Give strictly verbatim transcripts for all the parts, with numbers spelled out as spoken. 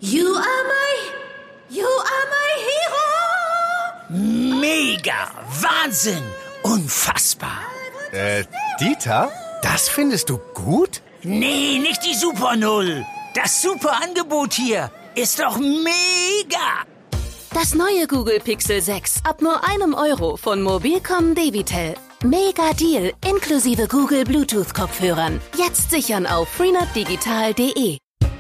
You are my, you are my hero. Mega, Wahnsinn, unfassbar. Äh, Dieter, das findest du gut? Nee, nicht die Super Null. Das Super-Angebot hier ist doch mega. Das neue Google Pixel sechs ab nur einem Euro von Mobilcom Debitel. Mega Deal inklusive Google Bluetooth-Kopfhörern. Jetzt sichern auf freenet digital punkt de.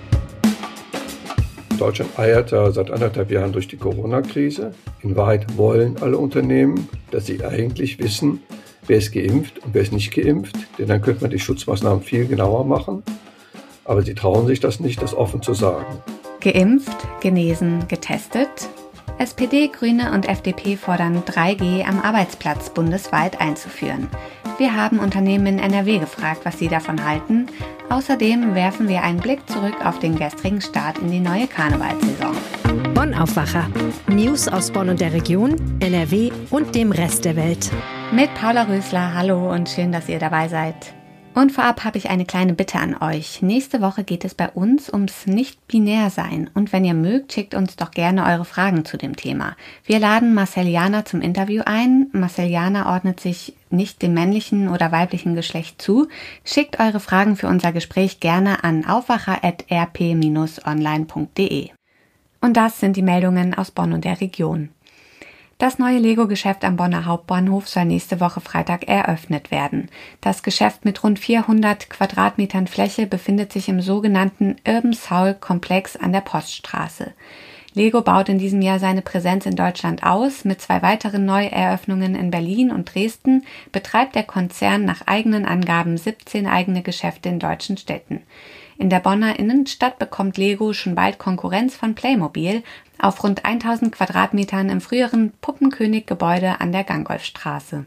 Deutschland eiert ja seit anderthalb Jahren durch die Corona-Krise. In Wahrheit wollen alle Unternehmen, dass sie eigentlich wissen, wer ist geimpft und wer ist nicht geimpft. Denn dann könnte man die Schutzmaßnahmen viel genauer machen. Aber sie trauen sich das nicht, das offen zu sagen. Geimpft, genesen, getestet? S P D, Grüne und F D P fordern drei G am Arbeitsplatz bundesweit einzuführen. Wir haben Unternehmen in N R W gefragt, was sie davon halten. Außerdem werfen wir einen Blick zurück auf den gestrigen Start in die neue Karnevalssaison. Bonn Aufwacher. News aus Bonn und der Region, N R W und dem Rest der Welt. Mit Paula Rösler, hallo und schön, dass ihr dabei seid. Und vorab habe ich eine kleine Bitte an euch. Nächste Woche geht es bei uns ums Nicht-Binär-Sein. Und wenn ihr mögt, schickt uns doch gerne eure Fragen zu dem Thema. Wir laden Marcel Jana zum Interview ein. Marcel Jana ordnet sich nicht dem männlichen oder weiblichen Geschlecht zu. Schickt eure Fragen für unser Gespräch gerne an aufwacher at r p dash online punkt de. Und das sind die Meldungen aus Bonn und der Region. Das neue Lego-Geschäft am Bonner Hauptbahnhof soll nächste Woche Freitag eröffnet werden. Das Geschäft mit rund vierhundert Quadratmetern Fläche befindet sich im sogenannten Urban Soul Komplex an der Poststraße. Lego baut in diesem Jahr seine Präsenz in Deutschland aus. Mit zwei weiteren Neueröffnungen in Berlin und Dresden betreibt der Konzern nach eigenen Angaben siebzehn eigene Geschäfte in deutschen Städten. In der Bonner Innenstadt bekommt Lego schon bald Konkurrenz von Playmobil auf rund tausend Quadratmetern im früheren Puppenkönig-Gebäude an der Gangolfstraße.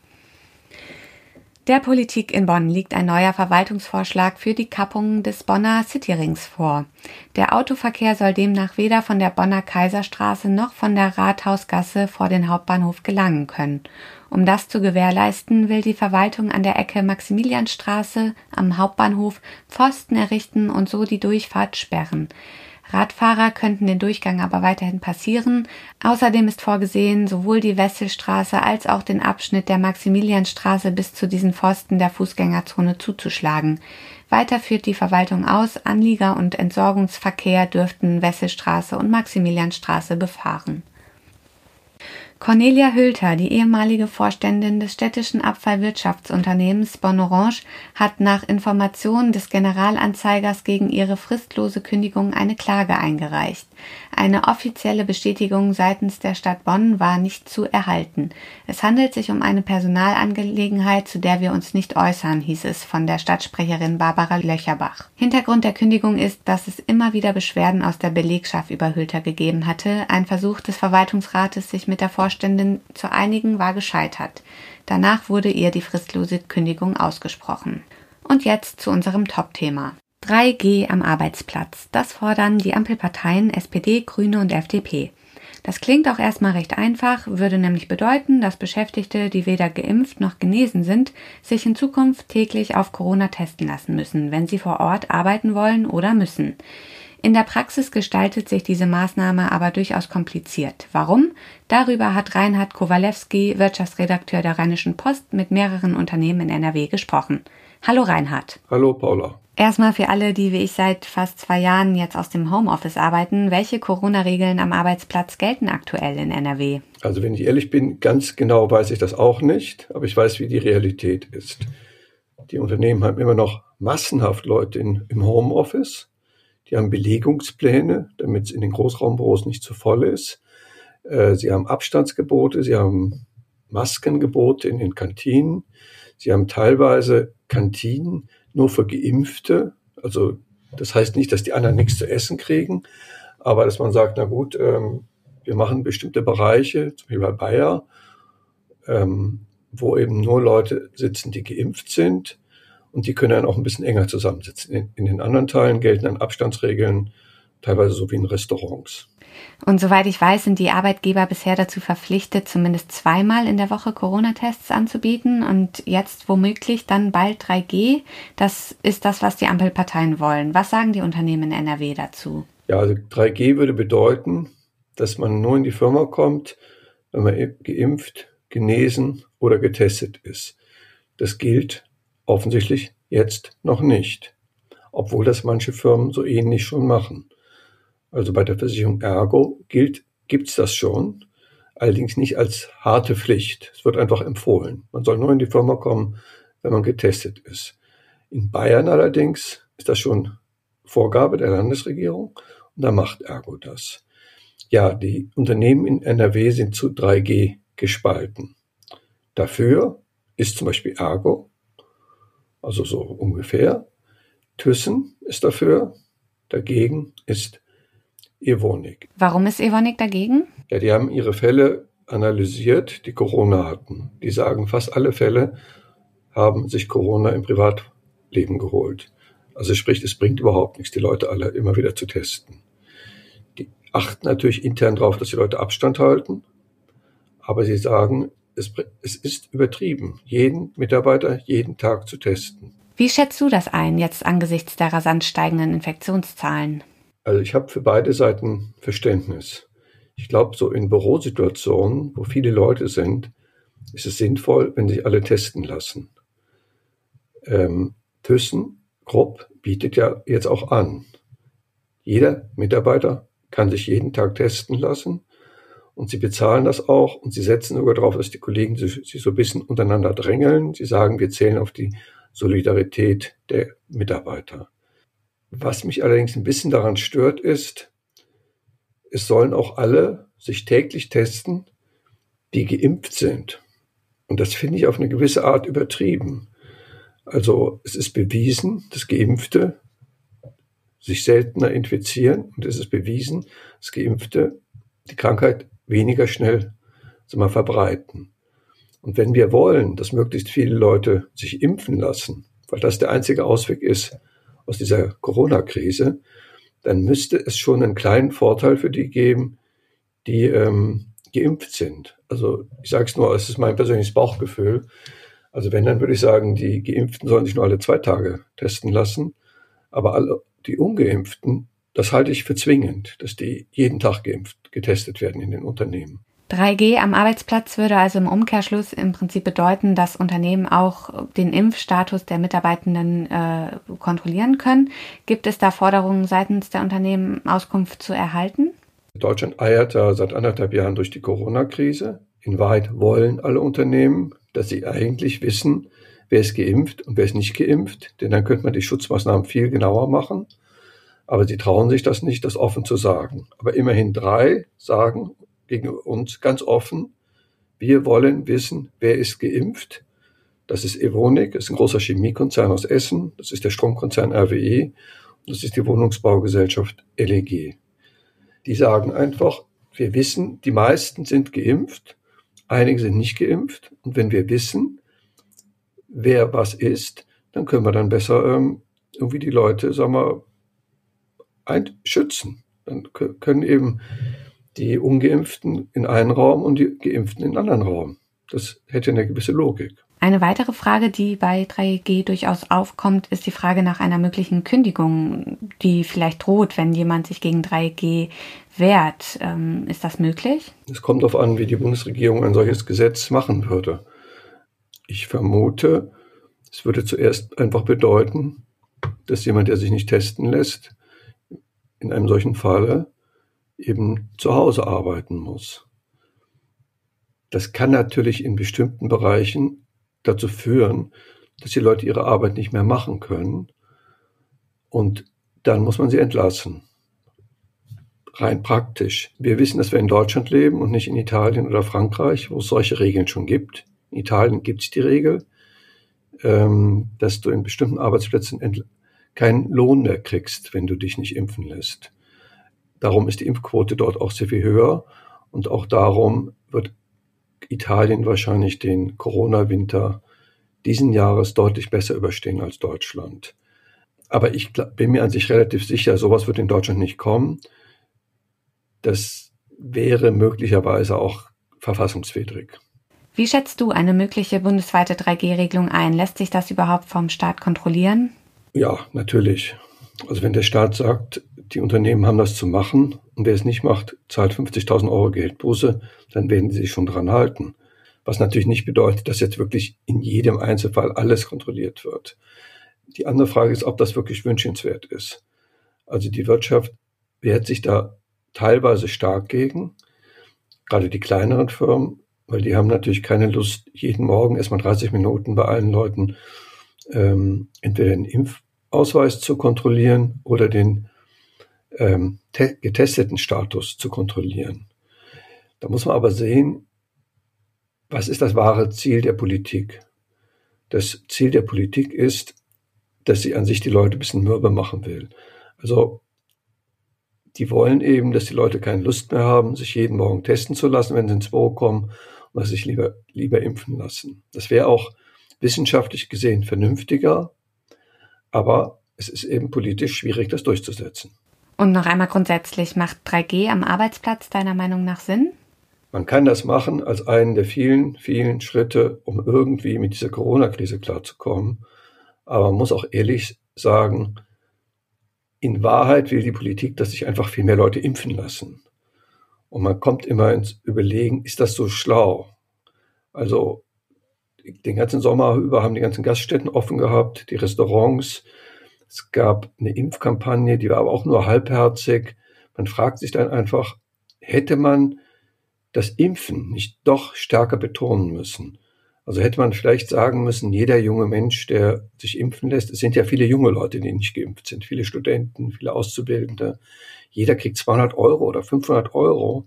Der Politik in Bonn liegt ein neuer Verwaltungsvorschlag für die Kappung des Bonner Cityrings vor. Der Autoverkehr soll demnach weder von der Bonner Kaiserstraße noch von der Rathausgasse vor den Hauptbahnhof gelangen können. Um das zu gewährleisten, will die Verwaltung an der Ecke Maximilianstraße am Hauptbahnhof Pfosten errichten und so die Durchfahrt sperren. Radfahrer könnten den Durchgang aber weiterhin passieren. Außerdem ist vorgesehen, sowohl die Wesselstraße als auch den Abschnitt der Maximilianstraße bis zu diesen Pfosten der Fußgängerzone zuzuschlagen. Weiter führt die Verwaltung aus, Anlieger- und Entsorgungsverkehr dürften Wesselstraße und Maximilianstraße befahren. Cornelia Hülter, die ehemalige Vorständin des städtischen Abfallwirtschaftsunternehmens Bonn Orange, hat nach Informationen des Generalanzeigers gegen ihre fristlose Kündigung eine Klage eingereicht. Eine offizielle Bestätigung seitens der Stadt Bonn war nicht zu erhalten. Es handelt sich um eine Personalangelegenheit, zu der wir uns nicht äußern, hieß es von der Stadtsprecherin Barbara Löcherbach. Hintergrund der Kündigung ist, dass es immer wieder Beschwerden aus der Belegschaft über Hülter gegeben hatte. Ein Versuch des Verwaltungsrates, sich mit der Vorständin zu einigen, war gescheitert. Danach wurde ihr die fristlose Kündigung ausgesprochen. Und jetzt zu unserem Top-Thema. drei G am Arbeitsplatz. Das fordern die Ampelparteien S P D, Grüne und F D P. Das klingt auch erstmal recht einfach, würde nämlich bedeuten, dass Beschäftigte, die weder geimpft noch genesen sind, sich in Zukunft täglich auf Corona testen lassen müssen, wenn sie vor Ort arbeiten wollen oder müssen. In der Praxis gestaltet sich diese Maßnahme aber durchaus kompliziert. Warum? Darüber hat Reinhard Kowalewski, Wirtschaftsredakteur der Rheinischen Post, mit mehreren Unternehmen in N R W gesprochen. Hallo Reinhard. Hallo Paula. Erstmal für alle, die wie ich seit fast zwei Jahren jetzt aus dem Homeoffice arbeiten, welche Corona-Regeln am Arbeitsplatz gelten aktuell in N R W? Also wenn ich ehrlich bin, ganz genau weiß ich das auch nicht, aber ich weiß, wie die Realität ist. Die Unternehmen haben immer noch massenhaft Leute in, im Homeoffice. Die haben Belegungspläne, damit es in den Großraumbüros nicht zu voll ist. Äh, sie haben Abstandsgebote, sie haben Maskengebote in den Kantinen. Sie haben teilweise Kantinen nur für Geimpfte. Also das heißt nicht, dass die anderen nichts zu essen kriegen, aber dass man sagt, na gut, ähm, wir machen bestimmte Bereiche, zum Beispiel bei Bayer, ähm, wo eben nur Leute sitzen, die geimpft sind. Und die können dann auch ein bisschen enger zusammensitzen. In, in den anderen Teilen gelten dann Abstandsregeln, teilweise so wie in Restaurants. Und soweit ich weiß, sind die Arbeitgeber bisher dazu verpflichtet, zumindest zweimal in der Woche Corona-Tests anzubieten und jetzt womöglich dann bald drei G. Das ist das, was die Ampelparteien wollen. Was sagen die Unternehmen in N R W dazu? Ja, also drei G würde bedeuten, dass man nur in die Firma kommt, wenn man geimpft, genesen oder getestet ist. Das gilt offensichtlich jetzt noch nicht, obwohl das manche Firmen so ähnlich schon machen. Also bei der Versicherung Ergo gilt, gibt's das schon, allerdings nicht als harte Pflicht. Es wird einfach empfohlen. Man soll nur in die Firma kommen, wenn man getestet ist. In Bayern allerdings ist das schon Vorgabe der Landesregierung und da macht Ergo das. Ja, die Unternehmen in N R W sind zu drei G gespalten. Dafür ist zum Beispiel Ergo, also so ungefähr. Thyssen ist dafür, dagegen ist Evonik. Warum ist Evonik dagegen? Ja, die haben ihre Fälle analysiert, die Corona hatten. Die sagen, fast alle Fälle haben sich Corona im Privatleben geholt. Also sprich, es bringt überhaupt nichts, die Leute alle immer wieder zu testen. Die achten natürlich intern darauf, dass die Leute Abstand halten, aber sie sagen, es, es ist übertrieben, jeden Mitarbeiter jeden Tag zu testen. Wie schätzt du das ein, jetzt angesichts der rasant steigenden Infektionszahlen? Also ich habe für beide Seiten Verständnis. Ich glaube, so in Bürosituationen, wo viele Leute sind, ist es sinnvoll, wenn sich alle testen lassen. Ähm, ThyssenKrupp bietet ja jetzt auch an. Jeder Mitarbeiter kann sich jeden Tag testen lassen und sie bezahlen das auch und sie setzen sogar darauf, dass die Kollegen sich, sich so ein bisschen untereinander drängeln. Sie sagen, wir zählen auf die Solidarität der Mitarbeiter. Was mich allerdings ein bisschen daran stört, ist, es sollen auch alle sich täglich testen, die geimpft sind. Und das finde ich auf eine gewisse Art übertrieben. Also es ist bewiesen, dass Geimpfte sich seltener infizieren und es ist bewiesen, dass Geimpfte die Krankheit weniger schnell, sagen wir, verbreiten. Und wenn wir wollen, dass möglichst viele Leute sich impfen lassen, weil das der einzige Ausweg ist aus dieser Corona-Krise, dann müsste es schon einen kleinen Vorteil für die geben, die ähm, geimpft sind. Also ich sage es nur, es ist mein persönliches Bauchgefühl. Also wenn, dann würde ich sagen, die Geimpften sollen sich nur alle zwei Tage testen lassen, aber alle die Ungeimpften, das halte ich für zwingend, dass die jeden Tag geimpft, getestet werden in den Unternehmen. drei G am Arbeitsplatz würde also im Umkehrschluss im Prinzip bedeuten, dass Unternehmen auch den Impfstatus der Mitarbeitenden äh, kontrollieren können. Gibt es da Forderungen seitens der Unternehmen, Auskunft zu erhalten? Deutschland eiert da seit anderthalb Jahren durch die Corona-Krise. In Wahrheit wollen alle Unternehmen, dass sie eigentlich wissen, wer ist geimpft und wer ist nicht geimpft, denn dann könnte man die Schutzmaßnahmen viel genauer machen. Aber sie trauen sich das nicht, das offen zu sagen. Aber immerhin drei sagen gegen uns ganz offen, wir wollen wissen, wer ist geimpft. Das ist Evonik, das ist ein großer Chemiekonzern aus Essen, das ist der Stromkonzern R W E und das ist die Wohnungsbaugesellschaft L E G. Die sagen einfach, wir wissen, die meisten sind geimpft, einige sind nicht geimpft und wenn wir wissen, wer was ist, dann können wir dann besser ähm, irgendwie die Leute, sagen wir, schützen. Dann können eben die Ungeimpften in einen Raum und die Geimpften in einen anderen Raum. Das hätte eine gewisse Logik. Eine weitere Frage, die bei drei G durchaus aufkommt, ist die Frage nach einer möglichen Kündigung, die vielleicht droht, wenn jemand sich gegen drei G wehrt. Ähm, ist das möglich? Es kommt darauf an, wie die Bundesregierung ein solches Gesetz machen würde. Ich vermute, es würde zuerst einfach bedeuten, dass jemand, der sich nicht testen lässt, in einem solchen Falle eben zu Hause arbeiten muss. Das kann natürlich in bestimmten Bereichen dazu führen, dass die Leute ihre Arbeit nicht mehr machen können und dann muss man sie entlassen. Rein praktisch. Wir wissen, dass wir in Deutschland leben und nicht in Italien oder Frankreich, wo es solche Regeln schon gibt. In Italien gibt es die Regel, ähm, dass du in bestimmten Arbeitsplätzen entl- keinen Lohn mehr kriegst, wenn du dich nicht impfen lässt. Darum ist die Impfquote dort auch sehr viel höher und auch darum wird Italien wahrscheinlich den Corona-Winter diesen Jahres deutlich besser überstehen als Deutschland. Aber ich bin mir an sich relativ sicher, sowas wird in Deutschland nicht kommen. Das wäre möglicherweise auch verfassungswidrig. Wie schätzt du eine mögliche bundesweite drei G Regelung ein? Lässt sich das überhaupt vom Staat kontrollieren? Ja, natürlich. Also wenn der Staat sagt, die Unternehmen haben das zu machen und wer es nicht macht, zahlt fünfzigtausend Euro Geldbuße, dann werden sie sich schon dran halten. Was natürlich nicht bedeutet, dass jetzt wirklich in jedem Einzelfall alles kontrolliert wird. Die andere Frage ist, ob das wirklich wünschenswert ist. Also die Wirtschaft wehrt sich da teilweise stark gegen, gerade die kleineren Firmen, weil die haben natürlich keine Lust, jeden Morgen erstmal dreißig Minuten bei allen Leuten ähm, entweder den Impfausweis zu kontrollieren oder den ähm, te- getesteten Status zu kontrollieren. Da muss man aber sehen, was ist das wahre Ziel der Politik? Das Ziel der Politik ist, dass sie an sich die Leute ein bisschen mürbe machen will. Also die wollen eben, dass die Leute keine Lust mehr haben, sich jeden Morgen testen zu lassen, wenn sie ins Büro kommen und dass sie sich lieber, lieber impfen lassen. Das wäre auch wissenschaftlich gesehen vernünftiger, aber es ist eben politisch schwierig, das durchzusetzen. Und noch einmal grundsätzlich, macht drei G am Arbeitsplatz deiner Meinung nach Sinn? Man kann das machen als einen der vielen, vielen Schritte, um irgendwie mit dieser Corona-Krise klarzukommen. Aber man muss auch ehrlich sagen, in Wahrheit will die Politik, dass sich einfach viel mehr Leute impfen lassen. Und man kommt immer ins Überlegen, ist das so schlau? Also den ganzen Sommer über haben die ganzen Gaststätten offen gehabt, die Restaurants. Es gab eine Impfkampagne, die war aber auch nur halbherzig. Man fragt sich dann einfach, hätte man das Impfen nicht doch stärker betonen müssen? Also hätte man vielleicht sagen müssen, jeder junge Mensch, der sich impfen lässt, es sind ja viele junge Leute, die nicht geimpft sind, viele Studenten, viele Auszubildende, jeder kriegt zweihundert Euro oder fünfhundert Euro.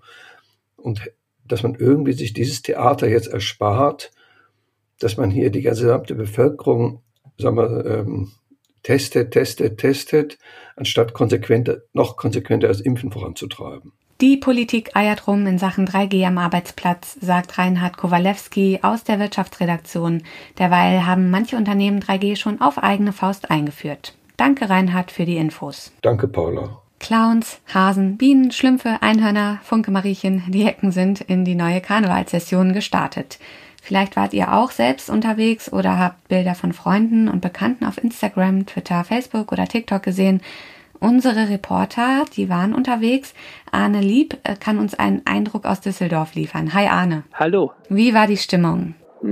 Und dass man irgendwie sich dieses Theater jetzt erspart, dass man hier die gesamte Bevölkerung, sagen wir, ähm, testet, testet, testet, anstatt konsequenter, noch konsequenter das Impfen voranzutreiben. Die Politik eiert rum in Sachen drei G am Arbeitsplatz, sagt Reinhard Kowalewski aus der Wirtschaftsredaktion. Derweil haben manche Unternehmen drei G schon auf eigene Faust eingeführt. Danke, Reinhard, für die Infos. Danke, Paula. Clowns, Hasen, Bienen, Schlümpfe, Einhörner, Funke-Mariechen, die Hecken sind in die neue Karnevalssession gestartet. Vielleicht wart ihr auch selbst unterwegs oder habt Bilder von Freunden und Bekannten auf Instagram, Twitter, Facebook oder TikTok gesehen. Unsere Reporter, die waren unterwegs. Arne Lieb kann uns einen Eindruck aus Düsseldorf liefern. Hi Arne. Hallo. Wie war die Stimmung?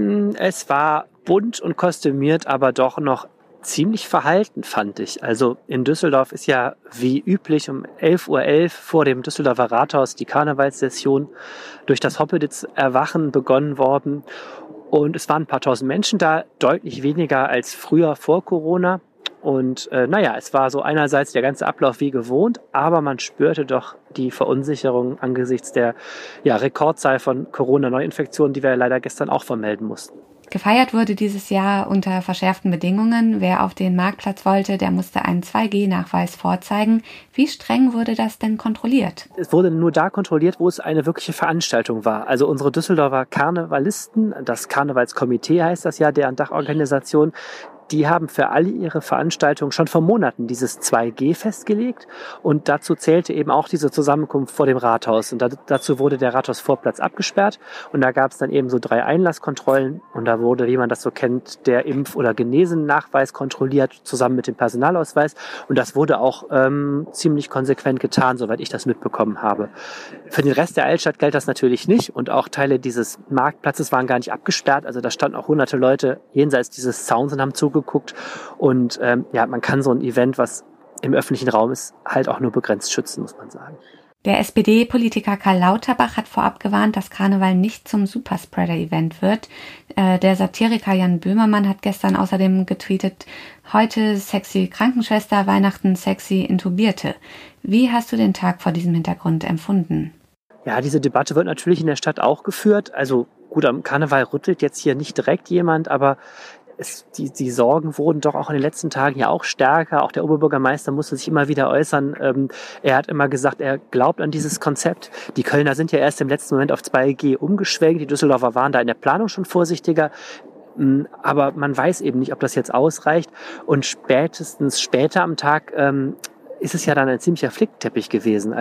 Es war bunt und kostümiert, aber doch noch ziemlich verhalten, fand ich. Also in Düsseldorf ist ja wie üblich um elf Uhr elf vor dem Düsseldorfer Rathaus die Karnevalssession durch das Hoppeditz-Erwachen begonnen worden. Und es waren ein paar tausend Menschen da, deutlich weniger als früher vor Corona. Und äh, naja, es war so einerseits der ganze Ablauf wie gewohnt, aber man spürte doch die Verunsicherung angesichts der ja, Rekordzahl von Corona-Neuinfektionen, die wir leider gestern auch vermelden mussten. Gefeiert wurde dieses Jahr unter verschärften Bedingungen. Wer auf den Marktplatz wollte, der musste einen zwei G Nachweis vorzeigen. Wie streng wurde das denn kontrolliert? Es wurde nur da kontrolliert, wo es eine wirkliche Veranstaltung war. Also unsere Düsseldorfer Karnevalisten, das Karnevalskomitee heißt das ja, deren Dachorganisation, die haben für alle ihre Veranstaltungen schon vor Monaten dieses zwei G festgelegt und dazu zählte eben auch diese Zusammenkunft vor dem Rathaus und da, dazu wurde der Rathausvorplatz abgesperrt und da gab es dann eben so drei Einlasskontrollen und da wurde, wie man das so kennt, der Impf- oder Genesen-Nachweis kontrolliert zusammen mit dem Personalausweis und das wurde auch ähm, ziemlich konsequent getan, soweit ich das mitbekommen habe. Für den Rest der Altstadt galt das natürlich nicht und auch Teile dieses Marktplatzes waren gar nicht abgesperrt, also da standen auch hunderte Leute jenseits dieses Zauns und haben zugeguckt. geguckt und ähm, ja, man kann so ein Event, was im öffentlichen Raum ist, halt auch nur begrenzt schützen, muss man sagen. Der S P D-Politiker Karl Lauterbach hat vorab gewarnt, dass Karneval nicht zum Superspreader-Event wird. Äh, der Satiriker Jan Böhmermann hat gestern außerdem getweetet, heute sexy Krankenschwester, Weihnachten sexy Intubierte. Wie hast du den Tag vor diesem Hintergrund empfunden? Ja, diese Debatte wird natürlich in der Stadt auch geführt. Also gut, am Karneval rüttelt jetzt hier nicht direkt jemand, aber Es, die, die Sorgen wurden doch auch in den letzten Tagen ja auch stärker. Auch der Oberbürgermeister musste sich immer wieder äußern. Ähm, er hat immer gesagt, er glaubt an dieses Konzept. Die Kölner sind ja erst im letzten Moment auf zwei G umgeschwenkt. Die Düsseldorfer waren da in der Planung schon vorsichtiger. Aber man weiß eben nicht, ob das jetzt ausreicht. Und spätestens später am Tag ähm, ist es ja dann ein ziemlicher Flickteppich gewesen. Also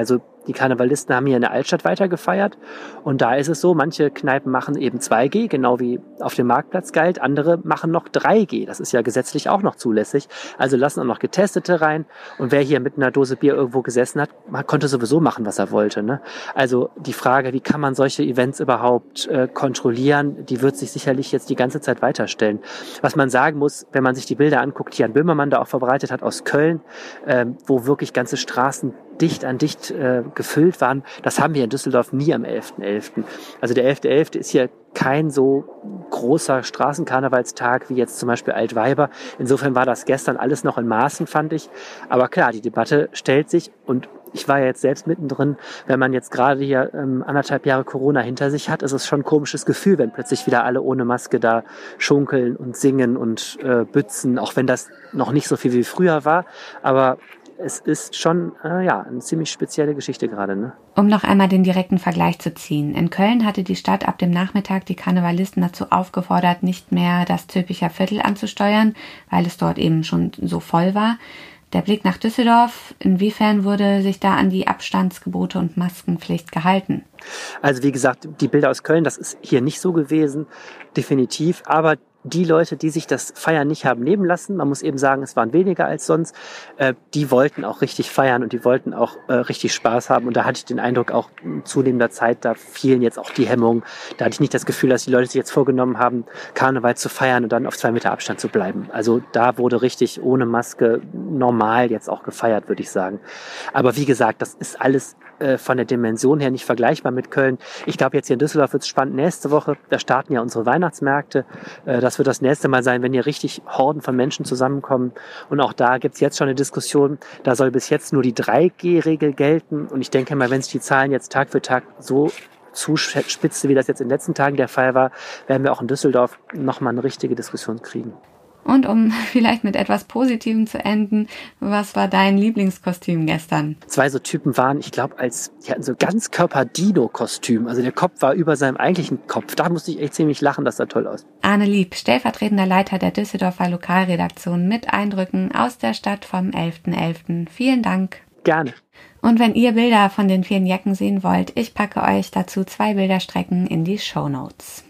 Die Karnevalisten haben hier in der Altstadt weiter gefeiert und da ist es so, manche Kneipen machen eben zwei G, genau wie auf dem Marktplatz galt, andere machen noch drei G, das ist ja gesetzlich auch noch zulässig, also lassen auch noch Getestete rein und wer hier mit einer Dose Bier irgendwo gesessen hat, konnte sowieso machen, was er wollte. Ne? Also die Frage, wie kann man solche Events überhaupt äh, kontrollieren, die wird sich sicherlich jetzt die ganze Zeit weiterstellen. Was man sagen muss, wenn man sich die Bilder anguckt, die Jan Böhmermann da auch verbreitet hat aus Köln, äh, wo wirklich ganze Straßen dicht an dicht äh, gefüllt waren. Das haben wir in Düsseldorf nie am elften elften Also der elfte elfte ist hier kein so großer Straßenkarnevalstag wie jetzt zum Beispiel Altweiber. Insofern war das gestern alles noch in Maßen, fand ich. Aber klar, die Debatte stellt sich und ich war ja jetzt selbst mittendrin, wenn man jetzt gerade hier ähm, anderthalb Jahre Corona hinter sich hat, ist es schon ein komisches Gefühl, wenn plötzlich wieder alle ohne Maske da schunkeln und singen und äh, bützen, auch wenn das noch nicht so viel wie früher war. Aber es ist schon äh, ja, eine ziemlich spezielle Geschichte gerade. Ne? Um noch einmal den direkten Vergleich zu ziehen. In Köln hatte die Stadt ab dem Nachmittag die Karnevalisten dazu aufgefordert, nicht mehr das Zülpicher Viertel anzusteuern, weil es dort eben schon so voll war. Der Blick nach Düsseldorf, inwiefern wurde sich da an die Abstandsgebote und Maskenpflicht gehalten? Also wie gesagt, die Bilder aus Köln, das ist hier nicht so gewesen, definitiv, aber die Leute, die sich das Feiern nicht haben nehmen lassen, man muss eben sagen, es waren weniger als sonst, äh, die wollten auch richtig feiern und die wollten auch äh, richtig Spaß haben. Und da hatte ich den Eindruck, auch in zunehmender Zeit, da fielen jetzt auch die Hemmungen. Da hatte ich nicht das Gefühl, dass die Leute sich jetzt vorgenommen haben, Karneval zu feiern und dann auf zwei Meter Abstand zu bleiben. Also da wurde richtig ohne Maske normal jetzt auch gefeiert, würde ich sagen. Aber wie gesagt, das ist alles äh, von der Dimension her nicht vergleichbar mit Köln. Ich glaube, jetzt hier in Düsseldorf wird es spannend. Nächste Woche, da starten ja unsere Weihnachtsmärkte. Äh, das wird das nächste Mal sein, wenn hier richtig Horden von Menschen zusammenkommen. Und auch da gibt es jetzt schon eine Diskussion. Da soll bis jetzt nur die drei G Regel gelten. Und ich denke mal, wenn sich die Zahlen jetzt Tag für Tag so zuspitze, wie das jetzt in den letzten Tagen der Fall war, werden wir auch in Düsseldorf nochmal eine richtige Diskussion kriegen. Und um vielleicht mit etwas Positivem zu enden, was war dein Lieblingskostüm gestern? Zwei so Typen waren, ich glaube, als die hatten so Ganzkörper-Dino-Kostüm. Also der Kopf war über seinem eigentlichen Kopf. Da musste ich echt ziemlich lachen, das sah toll aus. Arne Lieb, stellvertretender Leiter der Düsseldorfer Lokalredaktion, mit Eindrücken aus der Stadt vom elften elften Vielen Dank. Gerne. Und wenn ihr Bilder von den vielen Jacken sehen wollt, ich packe euch dazu zwei Bilderstrecken in die Shownotes.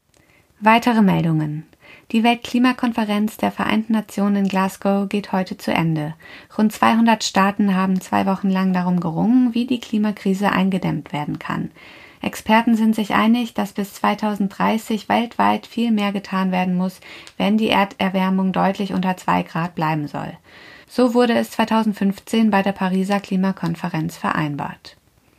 Weitere Meldungen. Die Weltklimakonferenz der Vereinten Nationen in Glasgow geht heute zu Ende. Rund zweihundert Staaten haben zwei Wochen lang darum gerungen, wie die Klimakrise eingedämmt werden kann. Experten sind sich einig, dass bis zweitausenddreißig weltweit viel mehr getan werden muss, wenn die Erderwärmung deutlich unter zwei Grad bleiben soll. So wurde es zweitausendfünfzehn bei der Pariser Klimakonferenz vereinbart.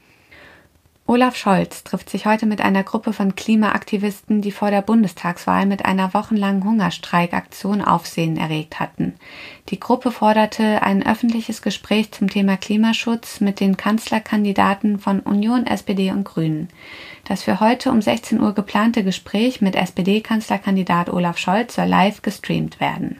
Olaf Scholz trifft sich heute mit einer Gruppe von Klimaaktivisten, die vor der Bundestagswahl mit einer wochenlangen Hungerstreikaktion Aufsehen erregt hatten. Die Gruppe forderte ein öffentliches Gespräch zum Thema Klimaschutz mit den Kanzlerkandidaten von Union, S P D und Grünen. Das für heute um sechzehn Uhr geplante Gespräch mit S P D-Kanzlerkandidat Olaf Scholz soll live gestreamt werden.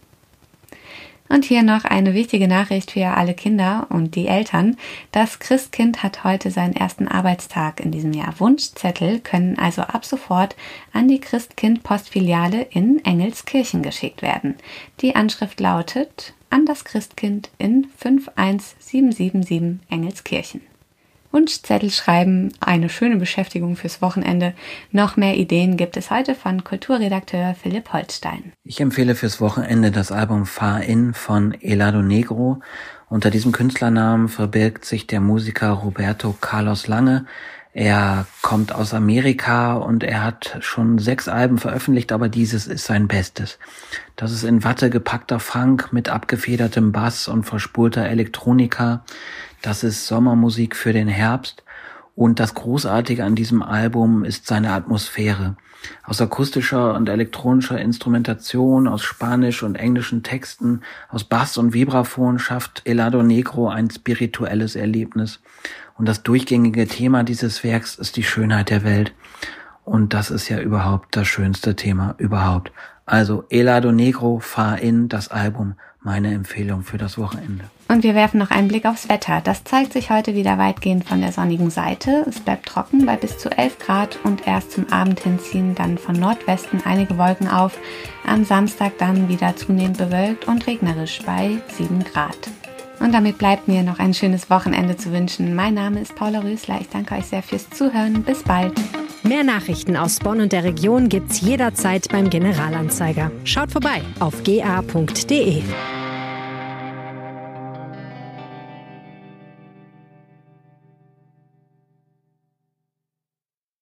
Und hier noch eine wichtige Nachricht für alle Kinder und die Eltern. Das Christkind hat heute seinen ersten Arbeitstag in diesem Jahr. Wunschzettel können also ab sofort an die Christkind-Postfiliale in Engelskirchen geschickt werden. Die Anschrift lautet: an das Christkind in fünf eins sieben sieben sieben Engelskirchen. Wunschzettel schreiben, eine schöne Beschäftigung fürs Wochenende. Noch mehr Ideen gibt es heute von Kulturredakteur Philipp Holstein. Ich empfehle fürs Wochenende das Album Far In von Helado Negro. Unter diesem Künstlernamen verbirgt sich der Musiker Roberto Carlos Lange. Er kommt aus Amerika und er hat schon sechs Alben veröffentlicht, aber dieses ist sein Bestes. Das ist in Watte gepackter Funk mit abgefedertem Bass und verspulter Elektronika. Das ist Sommermusik für den Herbst. Und das Großartige an diesem Album ist seine Atmosphäre. Aus akustischer und elektronischer Instrumentation, aus spanisch und englischen Texten, aus Bass und Vibraphon schafft Helado Negro ein spirituelles Erlebnis. Und das durchgängige Thema dieses Werks ist die Schönheit der Welt. Und das ist ja überhaupt das schönste Thema überhaupt. Also Helado Negro, Far In, das Album, meine Empfehlung für das Wochenende. Und wir werfen noch einen Blick aufs Wetter. Das zeigt sich heute wieder weitgehend von der sonnigen Seite. Es bleibt trocken bei bis zu elf Grad und erst zum Abend hin ziehen dann von Nordwesten einige Wolken auf. Am Samstag dann wieder zunehmend bewölkt und regnerisch bei sieben Grad. Und damit bleibt mir noch ein schönes Wochenende zu wünschen. Mein Name ist Paula Rösler. Ich danke euch sehr fürs Zuhören. Bis bald. Mehr Nachrichten aus Bonn und der Region gibt's jederzeit beim Generalanzeiger. Schaut vorbei auf g a punkt d e.